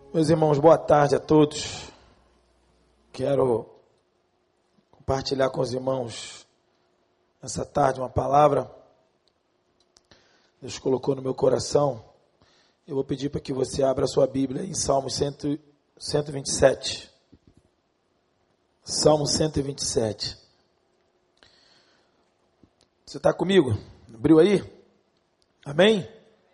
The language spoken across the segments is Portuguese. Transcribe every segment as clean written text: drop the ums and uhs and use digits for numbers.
Meus irmãos, boa tarde a todos. Quero compartilhar com os irmãos essa tarde uma palavra. Deus colocou no meu coração. Eu vou pedir para que você abra a sua Bíblia em Salmo 127. Salmo 127. Você está comigo? Abriu aí? Amém?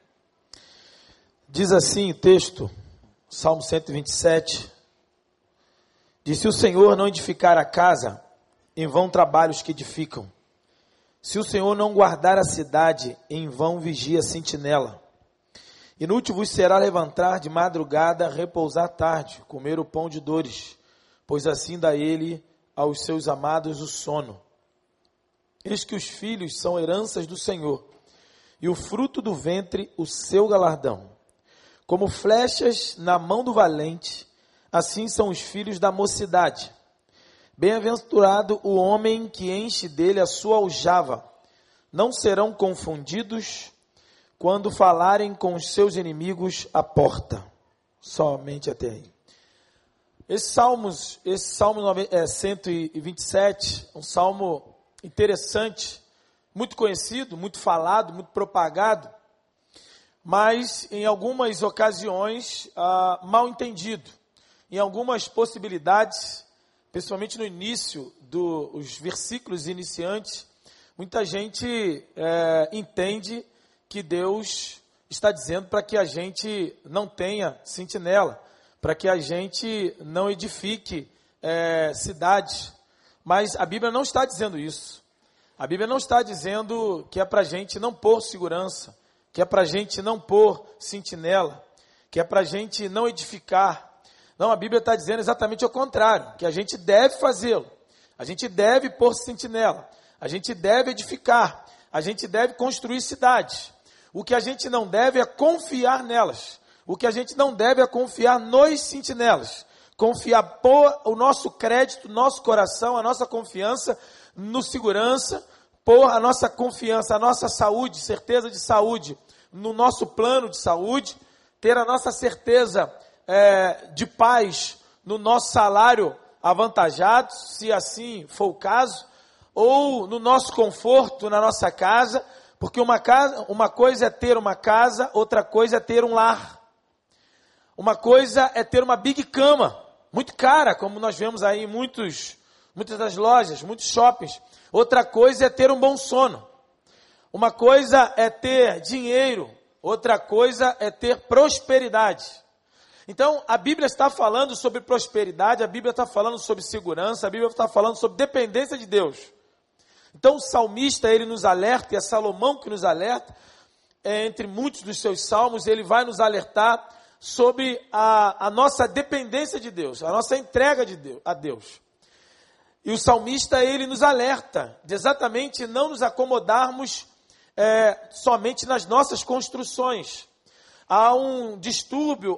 Diz assim o texto, Salmo 127. Diz: se o Senhor não edificar a casa, em vão trabalhos que edificam. Se o Senhor não guardar a cidade, em vão vigia a sentinela. Inútil vos será levantar de madrugada, repousar tarde, comer o pão de dores, pois assim dá ele aos seus amados o sono. Eis que os filhos são heranças do Senhor, e o fruto do ventre o seu galardão. Como flechas na mão do valente, assim são os filhos da mocidade. Bem-aventurado o homem que enche dele a sua aljava. Não serão confundidos quando falarem com os seus inimigos à porta. Somente até aí. Esse Salmo 127, um salmo interessante, muito conhecido, muito falado, muito propagado, mas em algumas ocasiões mal entendido. Em algumas possibilidades, principalmente no início dos versículos iniciantes, muita gente entende que Deus está dizendo para que a gente não tenha sentinela, para que a gente não edifique cidades. Mas a Bíblia não está dizendo isso. A Bíblia não está dizendo que é para a gente não pôr segurança, que é para a gente não pôr sentinela, que é para a gente não edificar. Não, a Bíblia está dizendo exatamente o contrário, que a gente deve fazê-lo, a gente deve pôr sentinela, a gente deve edificar, a gente deve construir cidades. O que a gente não deve é confiar nelas, o que a gente não deve é confiar nos sentinelas, pôr o nosso crédito, nosso coração, a nossa confiança no segurança, pôr a nossa confiança, a nossa saúde, certeza de saúde, no nosso plano de saúde, ter a nossa certeza de paz no nosso salário avantajado, se assim for o caso, ou no nosso conforto na nossa casa, porque uma coisa é ter uma casa, outra coisa é ter um lar. Uma coisa é ter uma big cama, muito cara, como nós vemos aí em muitas das lojas, muitos shoppings. Outra coisa é ter um bom sono. Uma coisa é ter dinheiro, outra coisa é ter prosperidade. Então, a Bíblia está falando sobre prosperidade, a Bíblia está falando sobre segurança, a Bíblia está falando sobre dependência de Deus. Então, o salmista, ele nos alerta, e é Salomão que nos alerta, entre muitos dos seus salmos, ele vai nos alertar sobre a nossa dependência de Deus, a nossa entrega a Deus. E o salmista, ele nos alerta de exatamente não nos acomodarmos somente nas nossas construções. Há um distúrbio,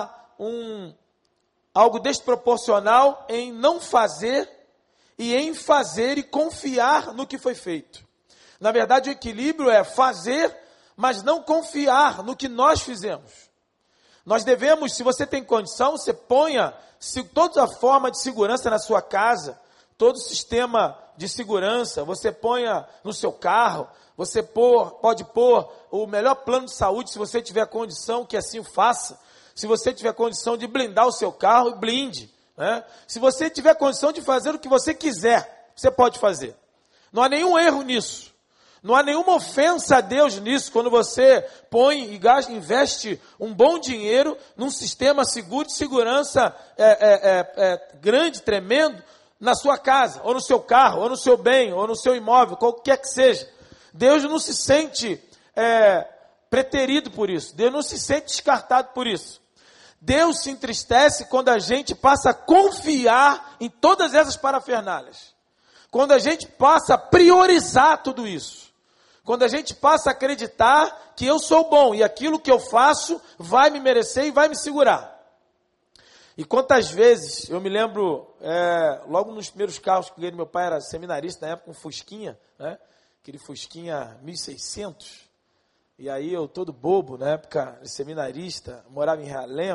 algo desproporcional em não fazer e em fazer e confiar no que foi feito. Na verdade, o equilíbrio é fazer, mas não confiar no que nós fizemos. Nós devemos, se você tem condição, você ponha toda a forma de segurança na sua casa, todo o sistema de segurança, você ponha no seu carro, você pode pôr o melhor plano de saúde, se você tiver condição, que assim o faça. Se você tiver condição de blindar o seu carro, blinde, né? Se você tiver condição de fazer o que você quiser, você pode fazer. Não há nenhum erro nisso. Não há nenhuma ofensa a Deus nisso, quando você põe e investe um bom dinheiro num sistema seguro de segurança grande, tremendo, na sua casa, ou no seu carro, ou no seu bem, ou no seu imóvel, qualquer que seja. Deus não se sente preterido por isso. Deus não se sente descartado por isso. Deus se entristece quando a gente passa a confiar em todas essas parafernálias. Quando a gente passa a priorizar tudo isso. Quando a gente passa a acreditar que eu sou bom e aquilo que eu faço vai me merecer e vai me segurar. E quantas vezes, eu me lembro, logo nos primeiros carros que eu ganhei, meu pai era seminarista, na época, um Fusquinha, né? Aquele Fusquinha 1600, e aí eu todo bobo, na época, seminarista, morava em Realengo,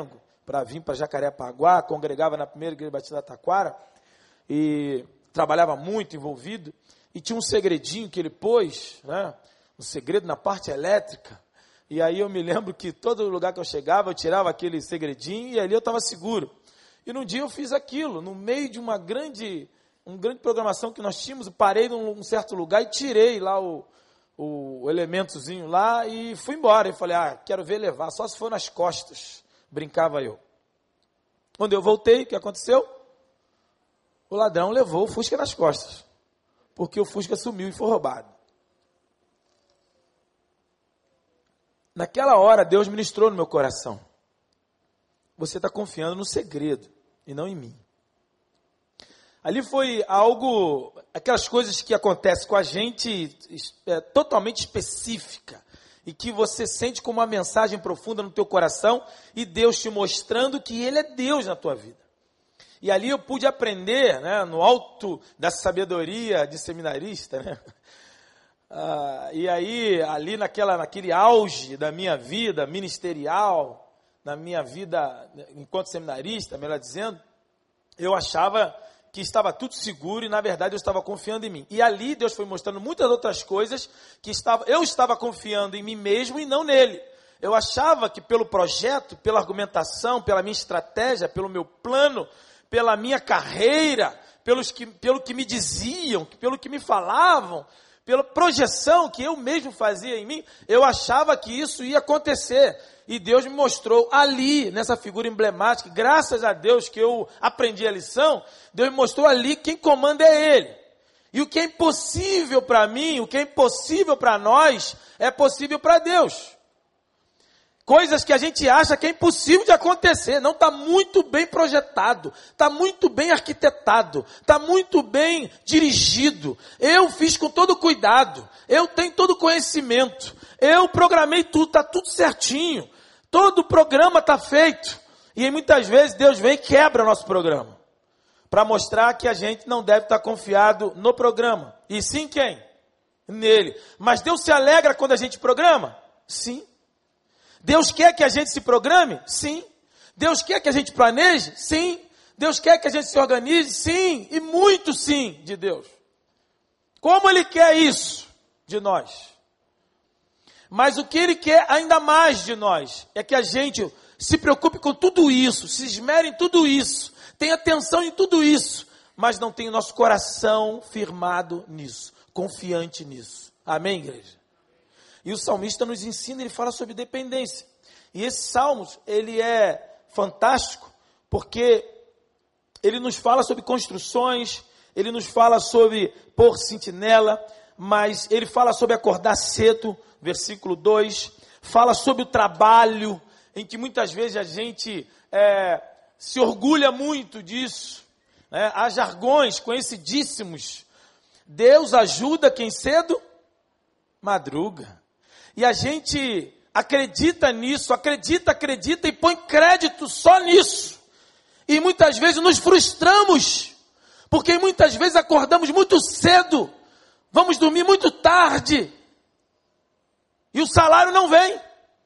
para vir para Jacarepaguá, congregava na primeira igreja batista da Taquara, e trabalhava muito envolvido, e tinha um segredinho que ele pôs, né, um segredo na parte elétrica, e aí eu me lembro que todo lugar que eu chegava, eu tirava aquele segredinho, e ali eu estava seguro. E num dia eu fiz aquilo, no meio de uma grande programação que nós tínhamos, eu parei num certo lugar e tirei lá o elementozinho lá e fui embora. E falei, quero ver levar, só se for nas costas, brincava eu. Quando eu voltei, o que aconteceu? O ladrão levou o Fusca nas costas, porque o Fusca sumiu e foi roubado. Naquela hora, Deus ministrou no meu coração. Você está confiando no segredo e não em mim. Ali foi algo, aquelas coisas que acontecem com a gente, totalmente específica, e que você sente como uma mensagem profunda no teu coração, e Deus te mostrando que Ele é Deus na tua vida. E ali eu pude aprender, né, no alto da sabedoria de seminarista, né? E aí, ali naquele auge da minha vida ministerial, na minha vida enquanto seminarista, melhor dizendo, eu achava que estava tudo seguro e, na verdade, eu estava confiando em mim. E ali Deus foi mostrando muitas outras coisas que eu estava confiando em mim mesmo e não nele. Eu achava que pelo projeto, pela argumentação, pela minha estratégia, pelo meu plano, pela minha carreira, pelo que me diziam, pelo que me falavam, pela projeção que eu mesmo fazia em mim, eu achava que isso ia acontecer. E Deus me mostrou ali, nessa figura emblemática, graças a Deus que eu aprendi a lição, Deus me mostrou ali quem comanda é Ele. E o que é impossível para mim, o que é impossível para nós, é possível para Deus. Coisas que a gente acha que é impossível de acontecer. Não, está muito bem projetado, está muito bem arquitetado, está muito bem dirigido. Eu fiz com todo cuidado, eu tenho todo conhecimento, eu programei tudo, está tudo certinho. Todo o programa está feito. E muitas vezes Deus vem e quebra nosso programa, para mostrar que a gente não deve estar confiado no programa. E sim quem? Nele. Mas Deus se alegra quando a gente programa? Sim. Deus quer que a gente se programe? Sim. Deus quer que a gente planeje? Sim. Deus quer que a gente se organize? Sim. E muito sim de Deus. Como Ele quer isso de nós? Mas o que Ele quer ainda mais de nós é que a gente se preocupe com tudo isso, se esmere em tudo isso, tenha atenção em tudo isso, mas não tenha o nosso coração firmado nisso, confiante nisso. Amém, igreja? E o salmista nos ensina, ele fala sobre dependência. E esse salmo, ele é fantástico, porque ele nos fala sobre construções, ele nos fala sobre pôr sentinela, mas ele fala sobre acordar cedo, versículo 2, fala sobre o trabalho, em que muitas vezes a gente se orgulha muito disso, né? Há jargões conhecidíssimos. Deus ajuda quem cedo madruga. E a gente acredita nisso, acredita e põe crédito só nisso. E muitas vezes nos frustramos, porque muitas vezes acordamos muito cedo, vamos dormir muito tarde, e o salário não vem.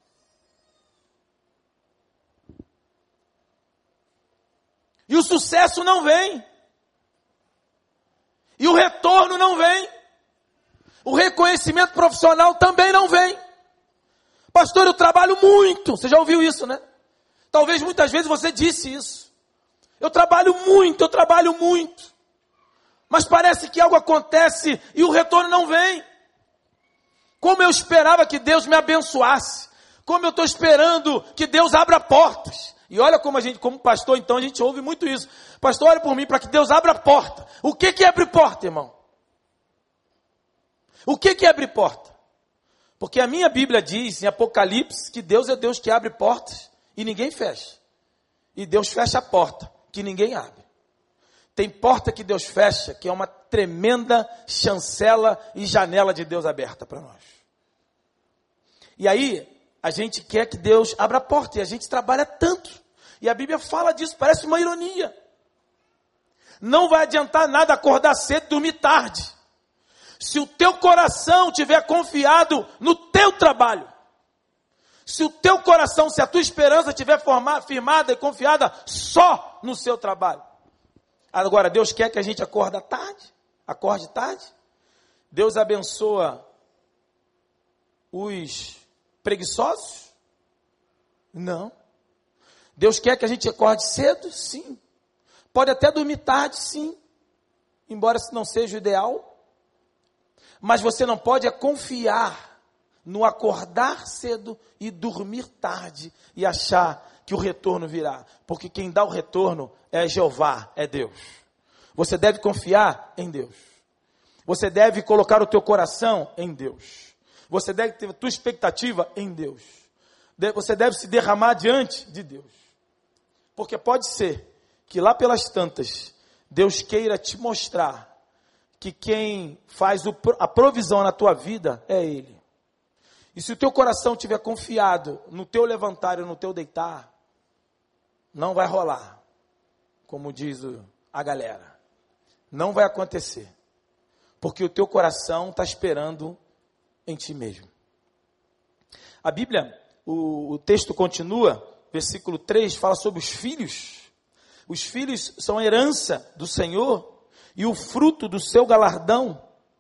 E o sucesso não vem. E o retorno não vem. O reconhecimento profissional também não vem. Pastor, eu trabalho muito. Você já ouviu isso, né? Talvez muitas vezes você disse isso. Eu trabalho muito. Mas parece que algo acontece e o retorno não vem. Como eu esperava que Deus me abençoasse. Como eu estou esperando que Deus abra portas. E olha como a gente, como pastor, então a gente ouve muito isso. Pastor, ore por mim para que Deus abra a porta. O que é abrir porta, irmão? O que é abrir porta? Porque a minha Bíblia diz em Apocalipse que Deus é Deus que abre portas e ninguém fecha. E Deus fecha a porta que ninguém abre. Tem porta que Deus fecha, que é uma tremenda chancela e janela de Deus aberta para nós. E aí, a gente quer que Deus abra a porta e a gente trabalha tanto. E a Bíblia fala disso, parece uma ironia. Não vai adiantar nada acordar cedo e dormir tarde. Se o teu coração tiver confiado no teu trabalho, se o teu coração, se a tua esperança estiver firmada e confiada só no seu trabalho. Agora, Deus quer que a gente acorde tarde. Deus abençoa os preguiçosos? Não. Deus quer que a gente acorde cedo? Sim. Pode até dormir tarde? Sim. Embora isso não seja o ideal. Mas você não pode confiar no acordar cedo e dormir tarde e achar que o retorno virá. Porque quem dá o retorno é Jeová, é Deus. Você deve confiar em Deus. Você deve colocar o teu coração em Deus. Você deve ter a tua expectativa em Deus. Você deve se derramar diante de Deus. Porque pode ser que lá pelas tantas, Deus queira te mostrar que quem faz a provisão na tua vida é Ele. E se o teu coração estiver confiado no teu levantar e no teu deitar, não vai rolar, como diz a galera. Não vai acontecer. Porque o teu coração está esperando em ti mesmo. A Bíblia, o texto continua, versículo 3, fala sobre os filhos. Os filhos são a herança do Senhor e o fruto do seu galardão.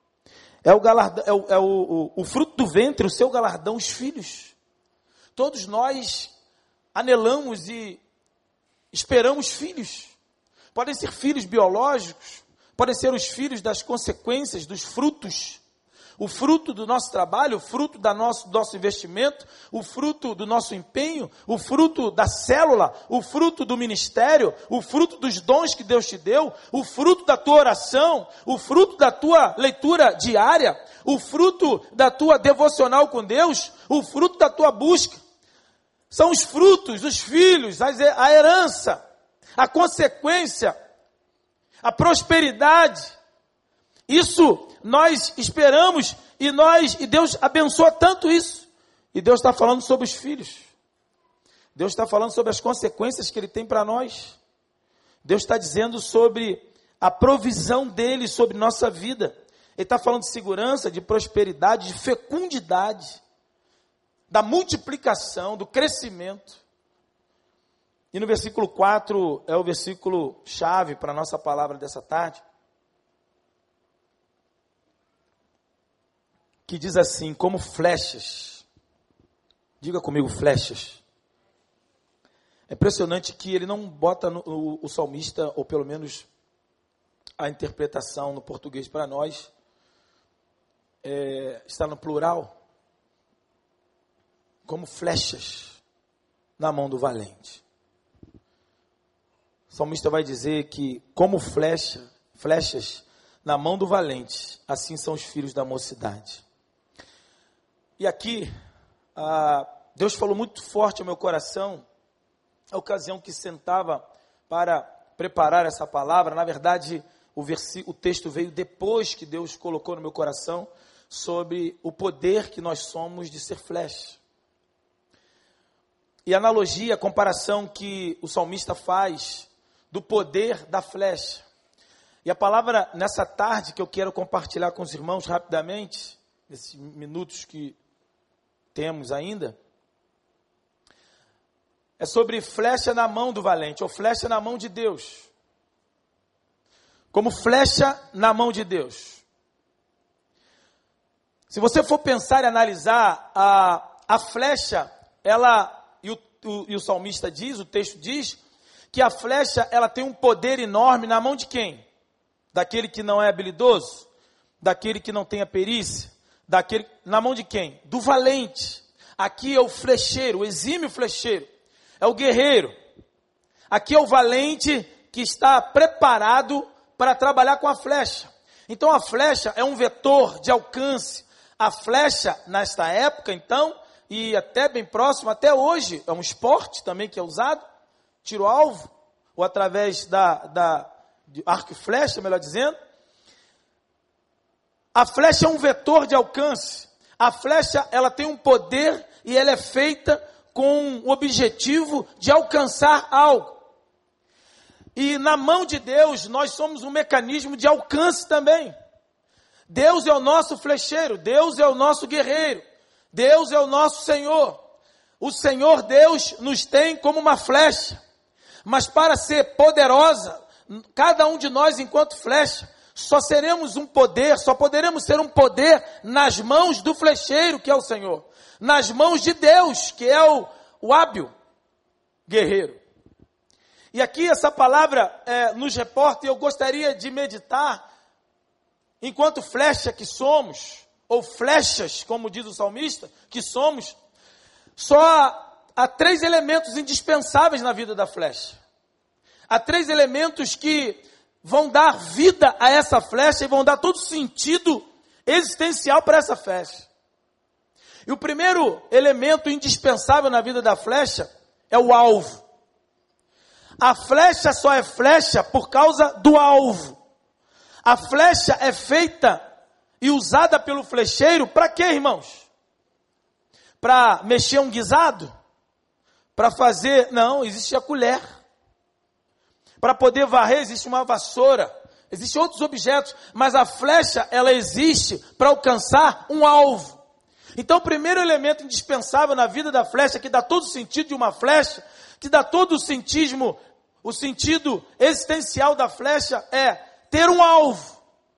O fruto do ventre, o seu galardão, os filhos. Todos nós anelamos e esperamos filhos. Podem ser filhos biológicos, podem ser os filhos das consequências, dos frutos. O fruto do nosso trabalho, o fruto do nosso investimento, o fruto do nosso empenho, o fruto da célula, o fruto do ministério, o fruto dos dons que Deus te deu, o fruto da tua oração, o fruto da tua leitura diária, o fruto da tua devocional com Deus, o fruto da tua busca. São os frutos, os filhos, a herança, a consequência, a prosperidade. Isso nós esperamos e Deus abençoa tanto isso. E Deus está falando sobre os filhos. Deus está falando sobre as consequências que Ele tem para nós. Deus está dizendo sobre a provisão dEle sobre nossa vida. Ele está falando de segurança, de prosperidade, de fecundidade, da multiplicação, do crescimento. E no versículo 4 é o versículo chave para a nossa palavra dessa tarde. Que diz assim, como flechas. Diga comigo, flechas. É impressionante que ele não bota o salmista, ou pelo menos a interpretação no português para nós, está no plural. Como flechas na mão do valente. O salmista vai dizer que como flechas na mão do valente, assim são os filhos da mocidade. E aqui, Deus falou muito forte ao meu coração, a ocasião que sentava para preparar essa palavra. Na verdade, o texto veio depois que Deus colocou no meu coração sobre o poder que nós somos de ser flecha. E a analogia, a comparação que o salmista faz do poder da flecha. E a palavra nessa tarde que eu quero compartilhar com os irmãos rapidamente, nesses minutos que temos ainda, é sobre flecha na mão do valente, ou flecha na mão de Deus. Como flecha na mão de Deus. Se você for pensar e analisar, a flecha, e o salmista diz, o texto diz, que a flecha, ela tem um poder enorme na mão de quem? Daquele que não é habilidoso? Daquele que não tem a perícia? Na mão de quem? Do valente. Aqui é o flecheiro, o exímio flecheiro. É o guerreiro. Aqui é o valente que está preparado para trabalhar com a flecha. Então a flecha é um vetor de alcance. A flecha, nesta época, então, e até bem próximo, até hoje, é um esporte também que é usado, tiro-alvo, ou através de arco e flecha, melhor dizendo. A flecha é um vetor de alcance. A flecha, ela tem um poder e ela é feita com o objetivo de alcançar algo. E na mão de Deus, nós somos um mecanismo de alcance também. Deus é o nosso flecheiro, Deus é o nosso guerreiro, Deus é o nosso Senhor. o Senhor Deus nos tem como uma flecha, mas para ser poderosa, cada um de nós enquanto flecha, só poderemos ser um poder nas mãos do flecheiro, que é o Senhor, nas mãos de Deus, que é o hábil guerreiro. E aqui essa palavra nos reporta, e eu gostaria de meditar, enquanto flecha que somos, ou flechas, como diz o salmista, que somos, só há 3 elementos indispensáveis na vida da flecha. Há 3 elementos que vão dar vida a essa flecha e vão dar todo sentido existencial para essa flecha. E o primeiro elemento indispensável na vida da flecha é o alvo. A flecha só é flecha por causa do alvo. A flecha é feita e usada pelo flecheiro para quê, irmãos? Para mexer um guisado? Para fazer... Não, existe a colher. Para poder varrer, existe uma vassoura. Existem outros objetos, mas a flecha, ela existe para alcançar um alvo. Então, o primeiro elemento indispensável na vida da flecha, que dá todo o sentido de uma flecha, que dá todo o sentido existencial da flecha, é ter um alvo.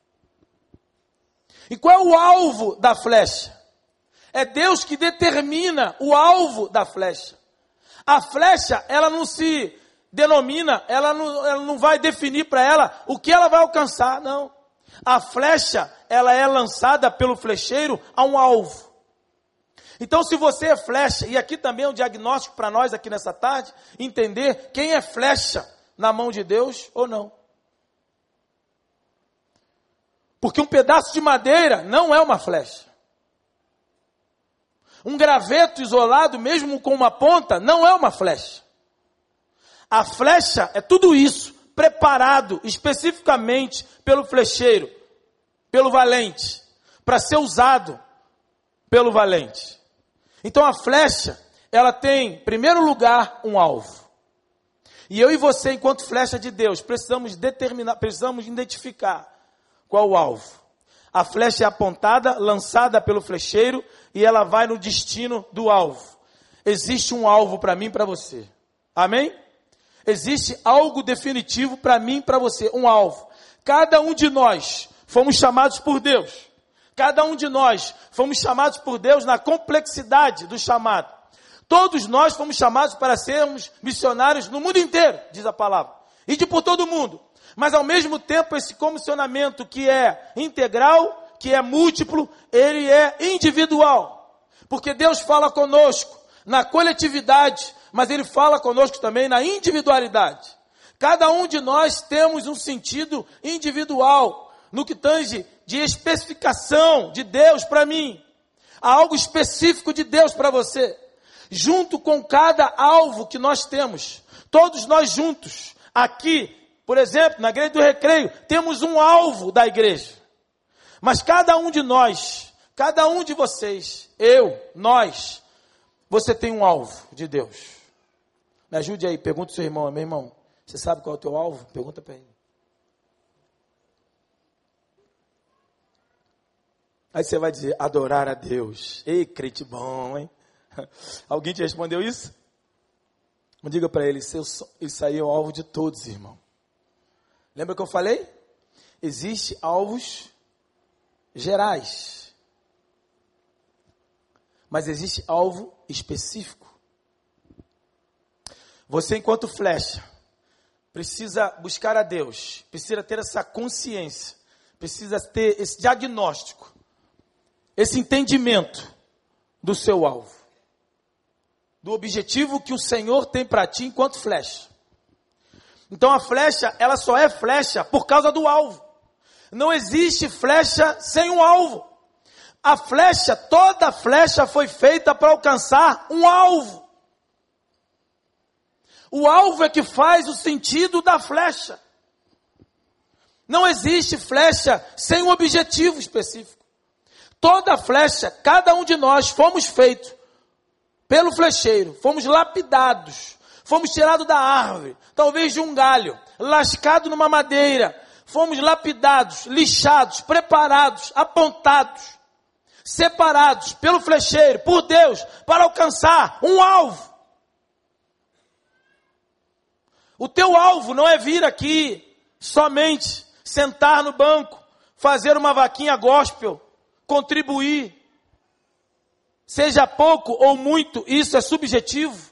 E qual é o alvo da flecha? É Deus que determina o alvo da flecha. A flecha, ela não se denomina, ela não vai definir para ela o que ela vai alcançar, não. A flecha, ela é lançada pelo flecheiro a um alvo. Então, se você é flecha, e aqui também é um diagnóstico para nós aqui nessa tarde, entender quem é flecha na mão de Deus ou não. Porque um pedaço de madeira não é uma flecha. Um graveto isolado, mesmo com uma ponta, não é uma flecha. A flecha é tudo isso, preparado especificamente pelo flecheiro, pelo valente, para ser usado pelo valente. Então a flecha, ela tem, em primeiro lugar, um alvo. E eu e você, enquanto flecha de Deus, precisamos identificar qual o alvo. A flecha é apontada, lançada pelo flecheiro, e ela vai no destino do alvo. Existe um alvo para mim e para você. Amém? Existe algo definitivo para mim e para você, um alvo. Cada um de nós fomos chamados por Deus. Cada um de nós fomos chamados por Deus na complexidade do chamado. Todos nós fomos chamados para sermos missionários no mundo inteiro, diz a palavra. E por todo o mundo. Mas ao mesmo tempo esse comissionamento que é integral, que é múltiplo, ele é individual. Porque Deus fala conosco na coletividade, mas Ele fala conosco também na individualidade. Cada um de nós temos um sentido individual no que tange de especificação de Deus para mim. Há algo específico de Deus para você. Junto com cada alvo que nós temos. Todos nós juntos. Aqui, por exemplo, na Igreja do Recreio, temos um alvo da igreja. Mas cada um de nós, cada um de vocês, nós, você tem um alvo de Deus. Me ajude aí, pergunta ao seu irmão, meu irmão, você sabe qual é o teu alvo? Pergunta para ele. Aí você vai dizer, adorar a Deus. Ei, crente bom, hein? Alguém te respondeu isso? Diga para ele, isso aí é o alvo de todos, irmão. Lembra que eu falei? Existem alvos gerais. Mas existe alvo específico. Você, enquanto flecha, precisa buscar a Deus. Precisa ter essa consciência. Precisa ter esse diagnóstico. Esse entendimento do seu alvo. Do objetivo que o Senhor tem para ti enquanto flecha. Então a flecha, ela só é flecha por causa do alvo. Não existe flecha sem um alvo. A flecha, toda flecha foi feita para alcançar um alvo. O alvo é que faz o sentido da flecha. Não existe flecha sem um objetivo específico. Toda flecha, cada um de nós fomos feitos pelo flecheiro, fomos lapidados, fomos tirados da árvore, talvez de um galho, lascado numa madeira, fomos lapidados, lixados, preparados, apontados. separados pelo flecheiro, por Deus, para alcançar um alvo. O teu alvo não é vir aqui somente sentar no banco, fazer uma vaquinha gospel, contribuir. Seja pouco ou muito, isso é subjetivo.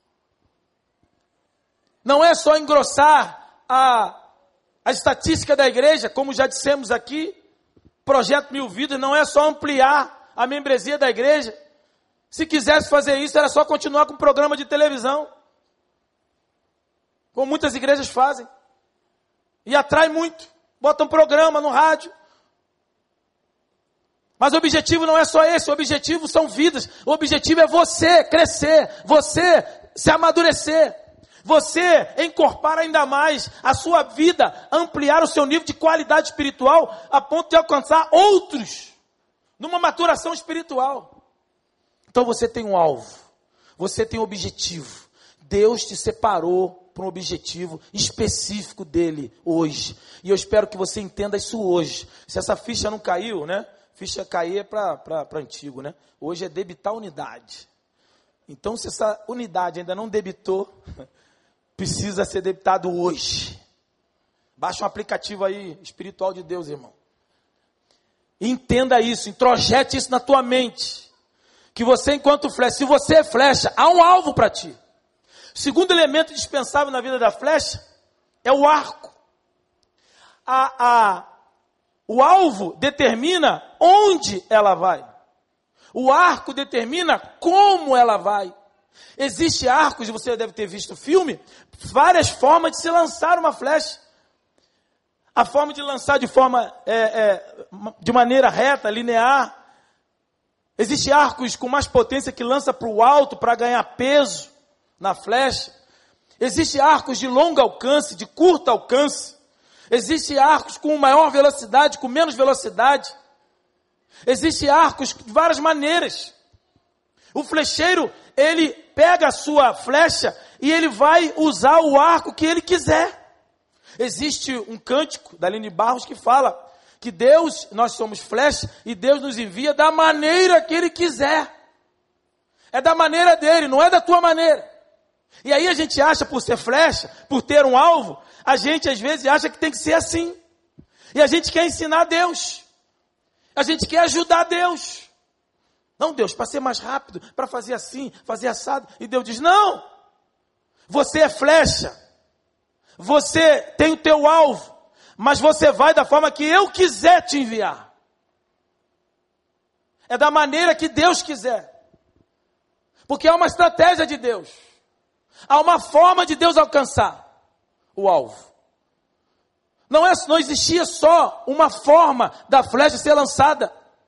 Não é só engrossar a estatística da igreja, como já dissemos aqui. Projeto Mil Vidas não é só ampliar a membresia da igreja. Se quisesse fazer isso, era só continuar com o programa de televisão, como muitas igrejas fazem. E atrai muito. Botam programa no rádio. Mas o objetivo não é só esse, o objetivo são vidas. O objetivo é você crescer, você se amadurecer, você encorpar ainda mais a sua vida, ampliar o seu nível de qualidade espiritual a ponto de alcançar outros numa maturação espiritual. Então você tem um alvo, você tem um objetivo. Deus te separou para um objetivo específico dele hoje. E eu espero que você entenda isso hoje. Se essa ficha não caiu, né? Ficha cair é para antigo, né? Hoje é debitar unidade. Então, se essa unidade ainda não debitou, precisa ser debitado hoje. Baixa um aplicativo aí, espiritual de Deus, irmão. Entenda isso, introjete isso na tua mente. Que você, enquanto flecha, se você é flecha, há um alvo para ti. Segundo elemento dispensável na vida da flecha é o arco. O alvo determina onde ela vai. O arco determina como ela vai. Existe arcos, e você deve ter visto o filme, várias formas de se lançar uma flecha. A forma de lançar de maneira reta, linear. Existem arcos com mais potência que lança para o alto para ganhar peso na flecha. Existem arcos de longo alcance, de curto alcance. Existem arcos com maior velocidade, com menos velocidade. Existem arcos de várias maneiras. O flecheiro, ele pega a sua flecha e ele vai usar o arco que ele quiser. Existe um cântico da Aline Barros que fala que Deus, nós somos flecha e Deus nos envia da maneira que Ele quiser. É da maneira dele, não é da tua maneira. E aí a gente acha, por ser flecha, por ter um alvo, a gente às vezes acha que tem que ser assim. E a gente quer ensinar Deus. A gente quer ajudar Deus. Não, Deus, para ser mais rápido, para fazer assim, fazer assado. E Deus diz, não. Você é flecha. Você tem o teu alvo. Mas você vai da forma que eu quiser te enviar. É da maneira que Deus quiser. Porque há uma estratégia de Deus. Há uma forma de Deus alcançar o alvo. Não existia só uma forma da flecha ser lançada.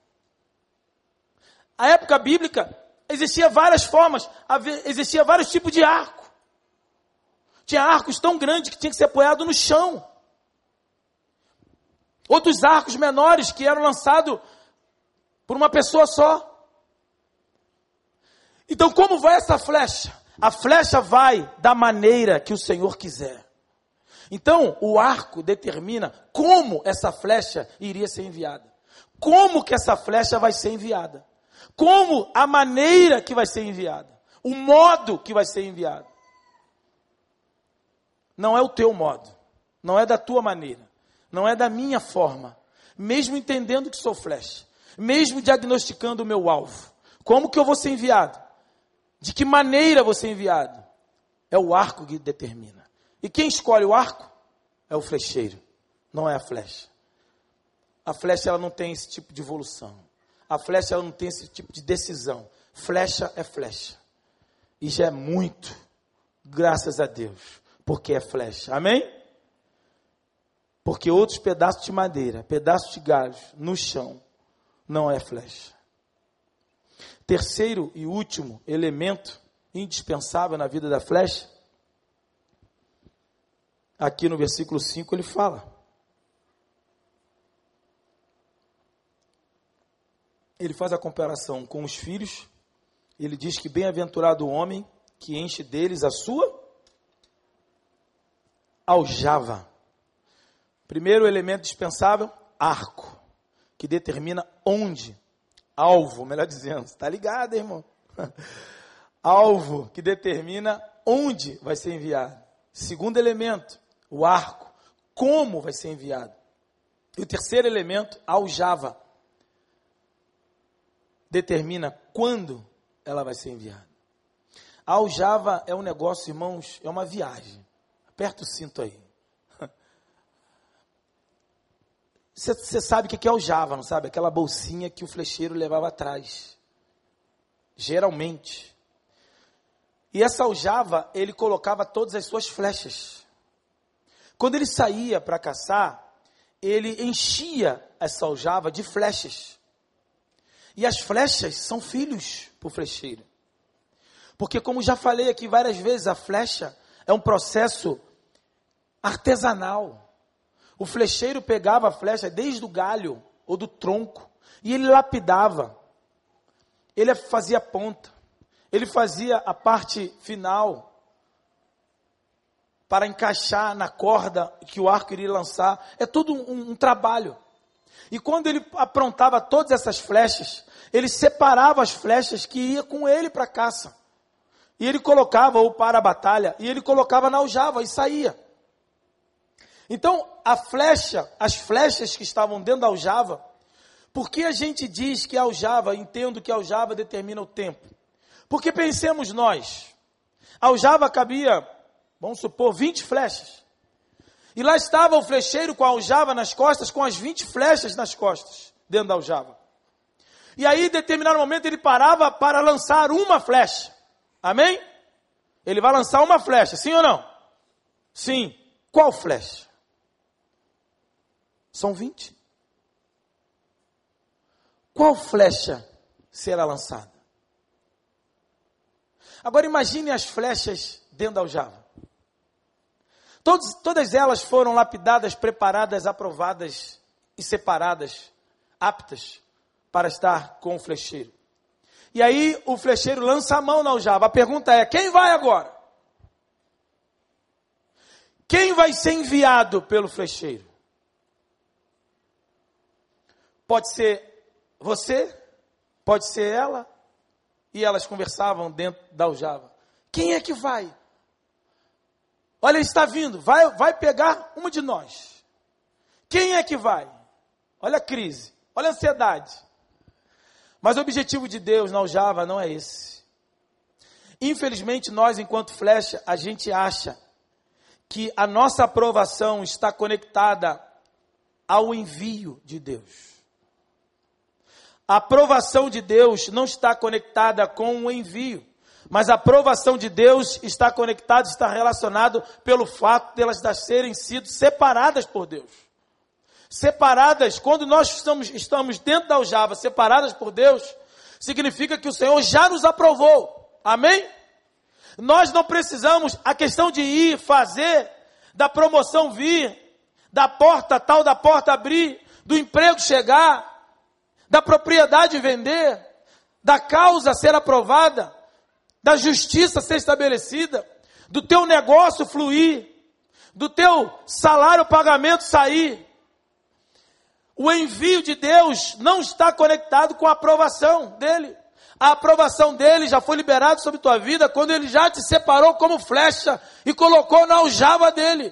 Na época bíblica, existia várias formas, existia vários tipos de arco. Tinha arcos tão grandes que tinha que ser apoiado no chão. Outros arcos menores que eram lançados por uma pessoa só. Então, como vai essa flecha? A flecha vai da maneira que o Senhor quiser. Então, o arco determina como essa flecha iria ser enviada. Como que essa flecha vai ser enviada. Como a maneira que vai ser enviada. O modo que vai ser enviado. Não é o teu modo. Não é da tua maneira. Não é da minha forma. Mesmo entendendo que sou flecha. Mesmo diagnosticando o meu alvo. Como que eu vou ser enviado? De que maneira vou ser enviado? É o arco que determina. E quem escolhe o arco? É o flecheiro. Não é a flecha. A flecha ela não tem esse tipo de evolução. A flecha ela não tem esse tipo de decisão. Flecha é flecha. E já é muito. Graças a Deus. Porque é flecha. Amém? Porque outros pedaços de madeira, pedaços de galho no chão, não é flecha. Terceiro e último elemento indispensável na vida da flecha, aqui no versículo 5 ele fala. Ele faz a comparação com os filhos, ele diz que bem-aventurado o homem que enche deles a sua aljava. Primeiro elemento dispensável, arco, que determina onde alvo, melhor dizendo. Está ligado, irmão? Alvo que determina onde vai ser enviado. Segundo elemento, o arco, como vai ser enviado. E o terceiro elemento, a aljava, determina quando ela vai ser enviada. A aljava é um negócio, irmãos, é uma viagem. Aperta o cinto aí. Você sabe o que é aljava, não sabe? Aquela bolsinha que o flecheiro levava atrás. Geralmente. E essa aljava, ele colocava todas as suas flechas. Quando ele saía para caçar, ele enchia essa aljava de flechas. E as flechas são filhos para o flecheiro. Porque, como já falei aqui várias vezes, a flecha é um processo artesanal. O flecheiro pegava a flecha desde o galho ou do tronco e ele lapidava. Ele fazia a ponta. Ele fazia a parte final para encaixar na corda que o arco iria lançar. É tudo um trabalho. E quando ele aprontava todas essas flechas, ele separava as flechas que ia com ele para a caça. E ele colocava, ou para a batalha, e ele colocava na aljava e saía. Então, as flechas que estavam dentro da aljava, por que a gente diz que a aljava, entendo que a aljava determina o tempo? Porque pensemos nós, a aljava cabia, vamos supor, 20 flechas. E lá estava o flecheiro com a aljava nas costas, com as 20 flechas nas costas, dentro da aljava. E aí, em determinado momento, ele parava para lançar uma flecha. Amém? Ele vai lançar uma flecha, sim ou não? Sim. Qual flecha? São 20. Qual flecha será lançada? Agora imagine as flechas dentro da aljava. Todas elas foram lapidadas, preparadas, aprovadas e separadas, aptas para estar com o flecheiro. E aí o flecheiro lança a mão na aljava. A pergunta é, quem vai agora? Quem vai ser enviado pelo flecheiro? Pode ser você, pode ser ela. E elas conversavam dentro da aljava. Quem é que vai? Olha, ele está vindo, vai pegar uma de nós. Quem é que vai? Olha a crise, olha a ansiedade. Mas o objetivo de Deus na aljava não é esse. Infelizmente, nós, enquanto flecha, a gente acha que a nossa aprovação está conectada ao envio de Deus. A aprovação de Deus não está conectada com o envio, mas a aprovação de Deus está conectada, está relacionado pelo fato de elas serem sido separadas por Deus. Separadas, quando nós estamos dentro da aljava, separadas por Deus, significa que o Senhor já nos aprovou. Amém? Nós não precisamos, a questão de ir, fazer, da promoção vir, da porta tal, da porta abrir, do emprego chegar, da propriedade vender, da causa ser aprovada, da justiça ser estabelecida, do teu negócio fluir, do teu salário, pagamento sair. O envio de Deus não está conectado com a aprovação dele. A aprovação dele já foi liberada sobre tua vida quando ele já te separou como flecha e colocou na aljava dele.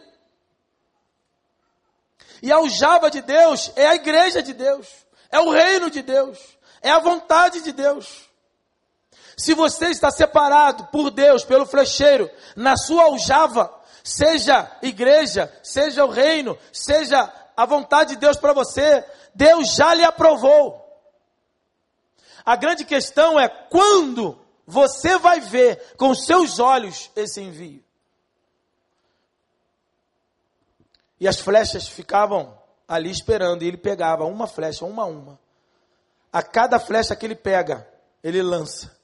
E a aljava de Deus é a igreja de Deus, é o reino de Deus, é a vontade de Deus. Se você está separado por Deus, pelo flecheiro, na sua aljava, seja igreja, seja o reino, seja a vontade de Deus para você, Deus já lhe aprovou. A grande questão é quando você vai ver com seus olhos esse envio. E as flechas ficavam ali esperando, e ele pegava uma flecha, uma a uma. A cada flecha que ele pega, ele lança.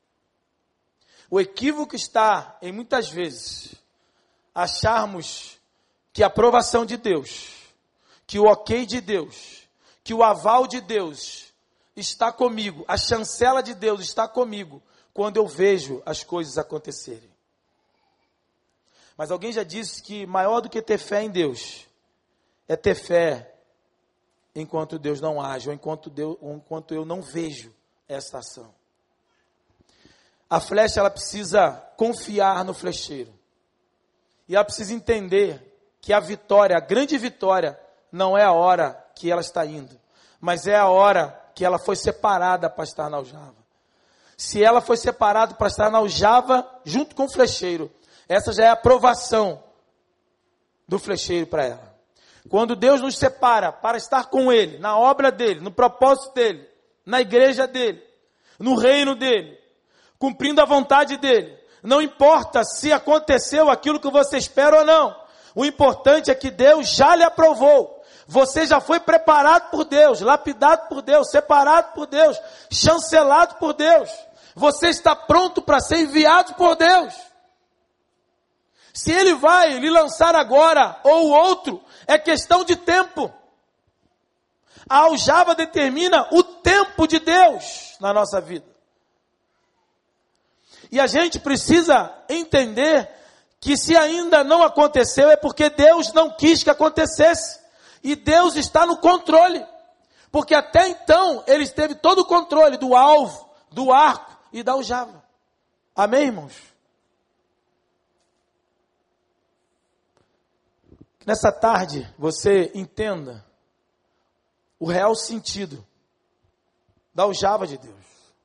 O equívoco está em muitas vezes acharmos que a aprovação de Deus, que o ok de Deus, que o aval de Deus está comigo, a chancela de Deus está comigo, quando eu vejo as coisas acontecerem. Mas alguém já disse que maior do que ter fé em Deus, é ter fé enquanto Deus não age, ou enquanto eu não vejo essa ação. A flecha, ela precisa confiar no flecheiro. E ela precisa entender que a vitória, a grande vitória, não é a hora que ela está indo, mas é a hora que ela foi separada para estar na aljava. Se ela foi separada para estar na aljava junto com o flecheiro, essa já é a aprovação do flecheiro para ela. Quando Deus nos separa para estar com Ele, na obra dEle, no propósito dEle, na igreja dEle, no reino dEle, cumprindo a vontade dEle, não importa se aconteceu aquilo que você espera ou não, o importante é que Deus já lhe aprovou. Você já foi preparado por Deus, lapidado por Deus, separado por Deus, chancelado por Deus. Você está pronto para ser enviado por Deus. Se Ele vai lhe lançar agora ou outro, é questão de tempo. A aljava determina o tempo de Deus na nossa vida. E a gente precisa entender que se ainda não aconteceu é porque Deus não quis que acontecesse. E Deus está no controle. Porque até então Ele teve todo o controle do alvo, do arco e da aljava. Amém, irmãos? Que nessa tarde você entenda o real sentido da aljava de Deus.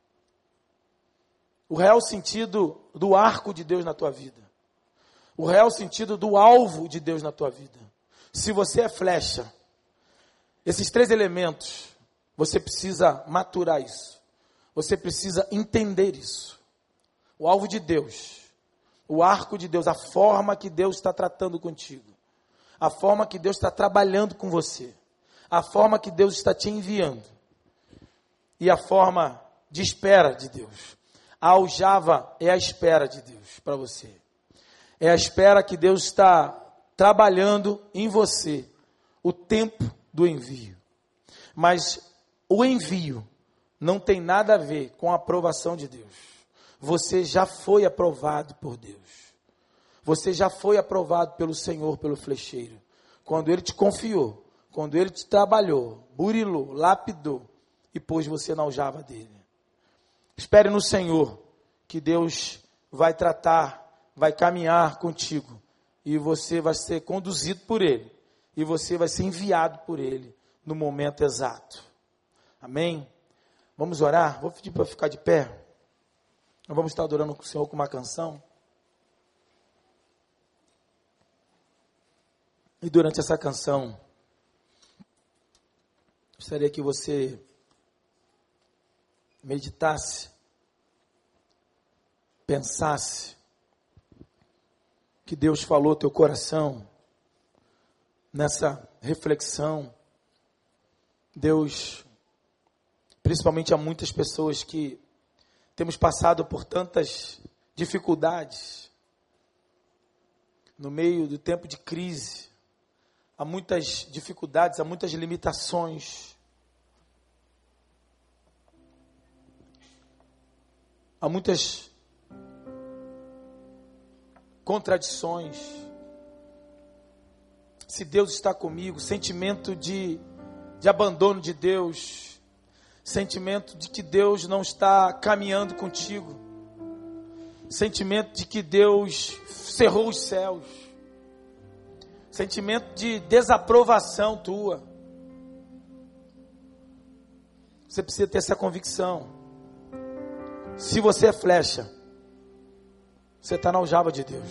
O real sentido do arco de Deus na tua vida. O real sentido do alvo de Deus na tua vida. Se você é flecha, esses 3 elementos, você precisa maturar isso. Você precisa entender isso. O alvo de Deus, o arco de Deus, a forma que Deus está tratando contigo. A forma que Deus está trabalhando com você. A forma que Deus está te enviando. E a forma de espera de Deus. A aljava é a espera de Deus para você. É a espera que Deus está trabalhando em você. O tempo do envio. Mas o envio não tem nada a ver com a aprovação de Deus. Você já foi aprovado por Deus. Você já foi aprovado pelo Senhor, pelo flecheiro. Quando Ele te confiou, quando Ele te trabalhou, burilou, lapidou e pôs você na aljava dele. Espere no Senhor, que Deus vai tratar, vai caminhar contigo. E você vai ser conduzido por Ele. E você vai ser enviado por Ele no momento exato. Amém? Vamos orar? Vou pedir para ficar de pé. Nós vamos estar adorando o Senhor com uma canção. E durante essa canção, gostaria que você meditasse, pensasse, que Deus falou ao teu coração, nessa reflexão. Deus, principalmente a muitas pessoas que temos passado por tantas dificuldades, no meio do tempo de crise, há muitas dificuldades, há muitas limitações, há muitas contradições. Se Deus está comigo, sentimento de abandono de Deus, sentimento de que Deus não está caminhando contigo, sentimento de que Deus cerrou os céus, sentimento de desaprovação tua. Você precisa ter essa convicção. Se você é flecha, você está na aljava de Deus.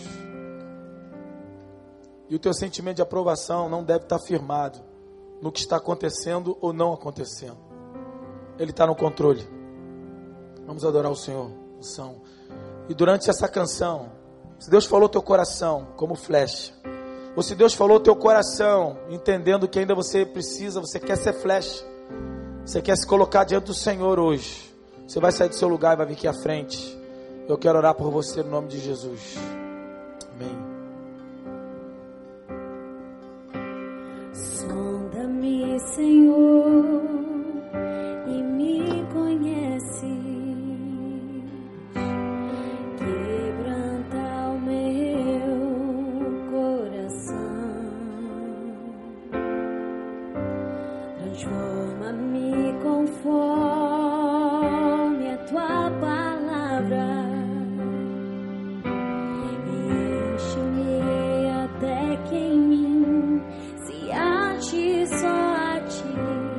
E o teu sentimento de aprovação não deve estar firmado no que está acontecendo ou não acontecendo. Ele está no controle. Vamos adorar o Senhor. E durante essa canção, se Deus falou teu coração como flecha, ou se Deus falou teu coração, entendendo que ainda você precisa, você quer ser flecha, você quer se colocar diante do Senhor hoje, você vai sair do seu lugar e vai vir aqui à frente. Eu quero orar por você no nome de Jesus. Amém. Sonda-me, Senhor, e me conhece. Quebranta o meu coração. Transforma-me conforme a tua palavra. Enche-me até que em mim se ache só a ti.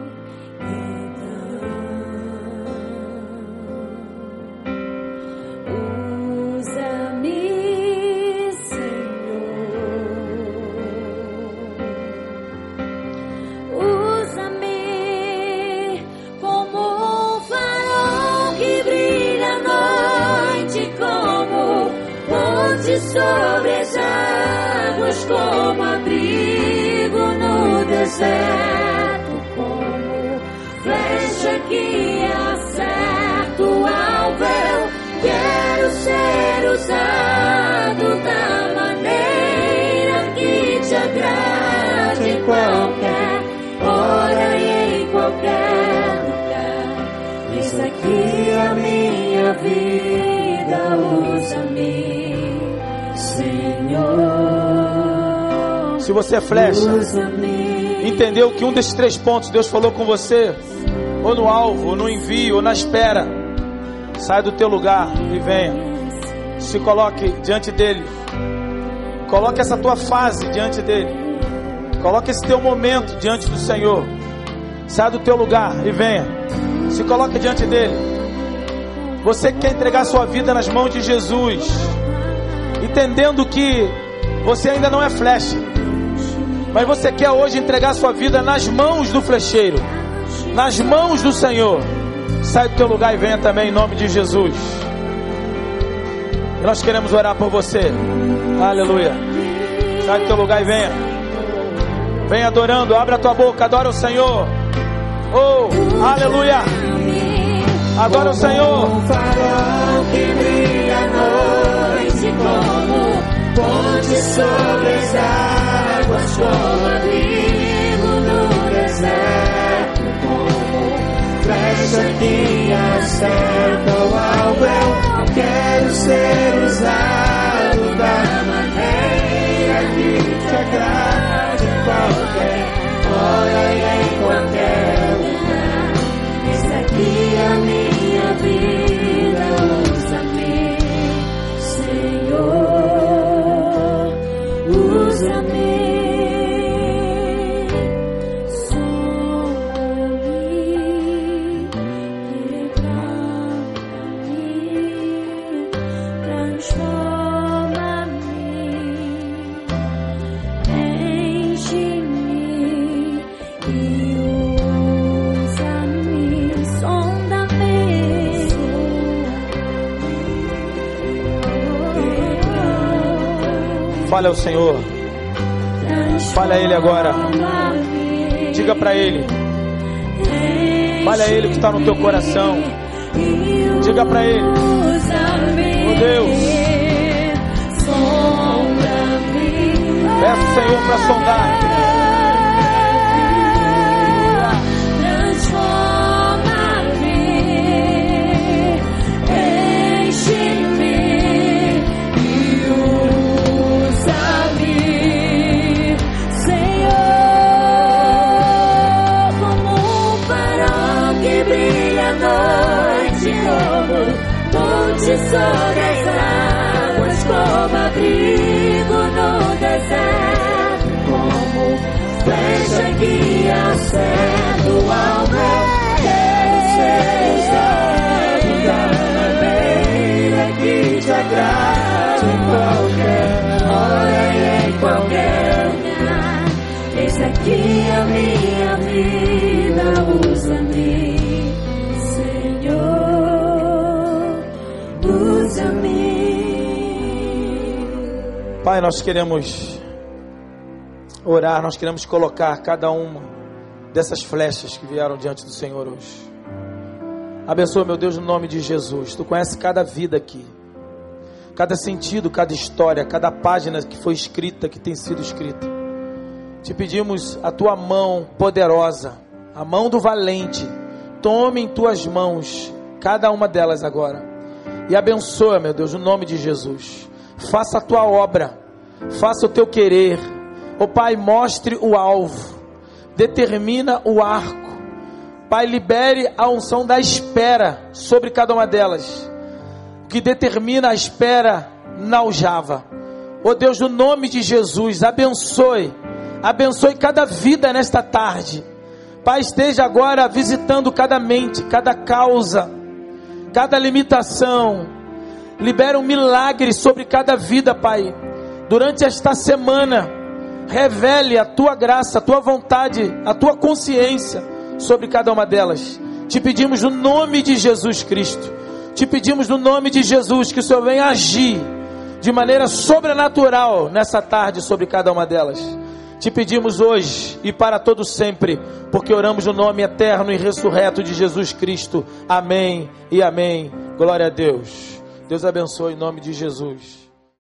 Sobre as águas, como abrigo no deserto, como flecha que acerta o alvo. Eu quero ser usado da maneira que te agrade, em qualquer hora e em qualquer lugar. Eis aqui a minha vida, usa-me, Senhor. Se você é flecha, entendeu que um desses 3 pontos Deus falou com você, ou no alvo, ou no envio, ou na espera, sai do teu lugar e venha. Se coloque diante dele. Coloque essa tua fase diante dele. Coloque esse teu momento diante do Senhor. Sai do teu lugar e venha. Se coloque diante dele. Você que quer entregar sua vida nas mãos de Jesus, entendendo que você ainda não é flecha, mas você quer hoje entregar sua vida nas mãos do flecheiro, nas mãos do Senhor, sai do teu lugar e venha também em nome de Jesus. E nós queremos orar por você. Aleluia. Sai do teu lugar e venha. Venha adorando, abre a tua boca, adora o Senhor. Oh, aleluia. Adora o Senhor. Um farol que brilha à noite, como ponte sobre as águas, como abrigo no deserto, como flecha que acerta o alvo. Eu quero ser usado da maneira que te agrade, em qualquer hora e em qualquer lugar. Eis aqui a minha vida, usa-me, Senhor, usa-me, sonha-me, quebra-me, transforma-me, enche-me e usa-me, sonda-me. Fale ao Senhor. Fale a Ele agora. Diga para Ele. Fale a Ele o que está no teu coração. Diga para Ele. Oh Deus, peça ao Senhor para sondar. Sobre as águas, como abrigo no deserto, como flecha que acerta o alvo. Quero ser usado da maneira que te agrade, em qualquer hora e em qualquer lugar. Eis aqui a minha vida, usa-me, Senhor. Pai, nós queremos orar, nós queremos colocar cada uma dessas flechas que vieram diante do Senhor hoje. Abençoa, meu Deus, no nome de Jesus. Tu conheces cada vida aqui, cada sentido, cada história, cada página que foi escrita, que tem sido escrita. Te pedimos a tua mão poderosa, a mão do valente. Tome em tuas mãos cada uma delas agora. E abençoa, meu Deus, no nome de Jesus. Faça a tua obra, faça o teu querer. Ó Pai, mostre o alvo, determina o arco, Pai, libere a unção da espera sobre cada uma delas, que determina a espera na aljava. Ó Deus, no nome de Jesus, abençoe cada vida nesta tarde. Pai, esteja agora visitando cada mente, cada causa, cada limitação. Libera um milagre sobre cada vida, Pai. Durante esta semana, revele a Tua graça, a Tua vontade, a Tua consciência sobre cada uma delas. Te pedimos no nome de Jesus Cristo. Te pedimos no nome de Jesus que o Senhor venha agir de maneira sobrenatural nessa tarde sobre cada uma delas. Te pedimos hoje e para todo sempre, porque oramos no nome eterno e ressurreto de Jesus Cristo. Amém e amém. Glória a Deus. Deus abençoe em nome de Jesus.